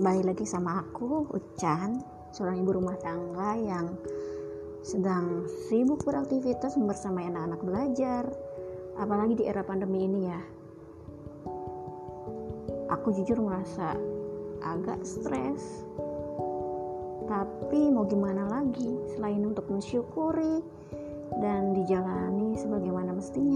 Kembali lagi sama aku, Ucan, seorang ibu rumah tangga yang sedang sibuk beraktivitas bersama anak-anak belajar, apalagi di era pandemi ini ya. Aku jujur merasa agak stres, tapi mau gimana lagi selain untuk mensyukuri dan dijalani sebagaimana mestinya.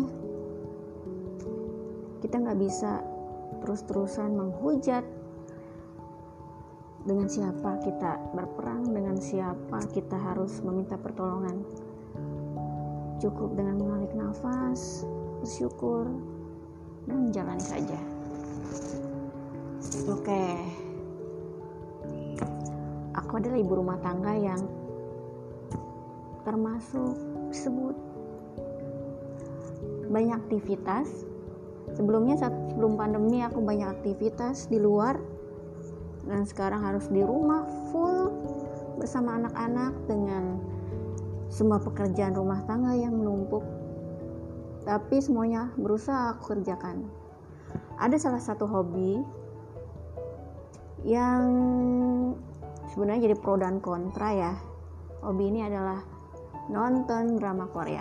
Kita gak bisa terus-terusan menghujat dengan siapa kita berperang, dengan siapa kita harus meminta pertolongan. Cukup dengan menarik nafas, bersyukur, dan menjalani saja. Oke, aku adalah ibu rumah tangga yang termasuk disebut banyak aktivitas. Sebelum pandemi aku banyak aktivitas di luar, dan sekarang harus di rumah full bersama anak-anak dengan semua pekerjaan rumah tangga yang menumpuk, tapi semuanya berusaha aku kerjakan. Ada salah satu hobi yang sebenarnya jadi pro dan kontra ya. Hobi ini adalah nonton drama Korea.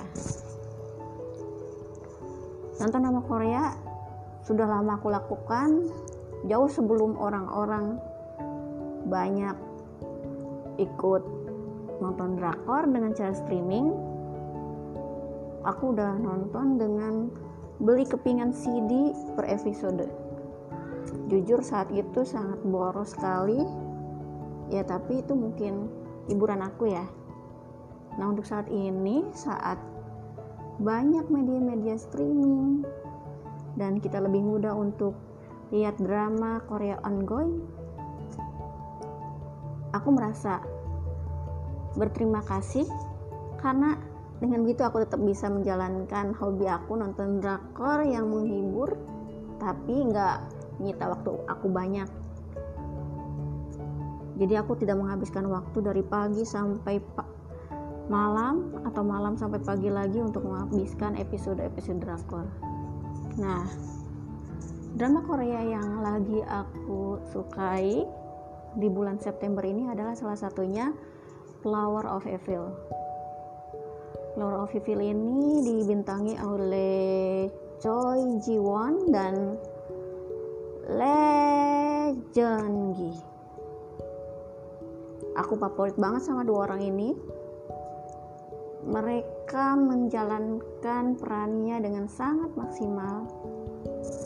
Nonton drama Korea sudah lama aku lakukan, jauh sebelum orang-orang banyak ikut nonton drakor dengan cara streaming. Aku udah nonton dengan beli kepingan CD per episode. Jujur saat itu sangat boros sekali ya, tapi itu mungkin hiburan aku ya. Nah, untuk saat ini, saat banyak media-media streaming dan kita lebih mudah untuk lihat drama Korea ongoing, aku merasa berterima kasih karena dengan begitu aku tetap bisa menjalankan hobi aku nonton drakor yang menghibur, tapi nggak menyita waktu aku banyak. Jadi aku tidak menghabiskan waktu dari pagi sampai malam atau malam sampai pagi lagi untuk menghabiskan episode-episode drakor. Nah, drama Korea yang lagi aku sukai di bulan September ini adalah salah satunya Flower of Evil. Flower of Evil ini dibintangi oleh Choi Ji-won dan Lee Jeon-gi. Aku favorit banget sama dua orang ini. Mereka menjalankan perannya dengan sangat maksimal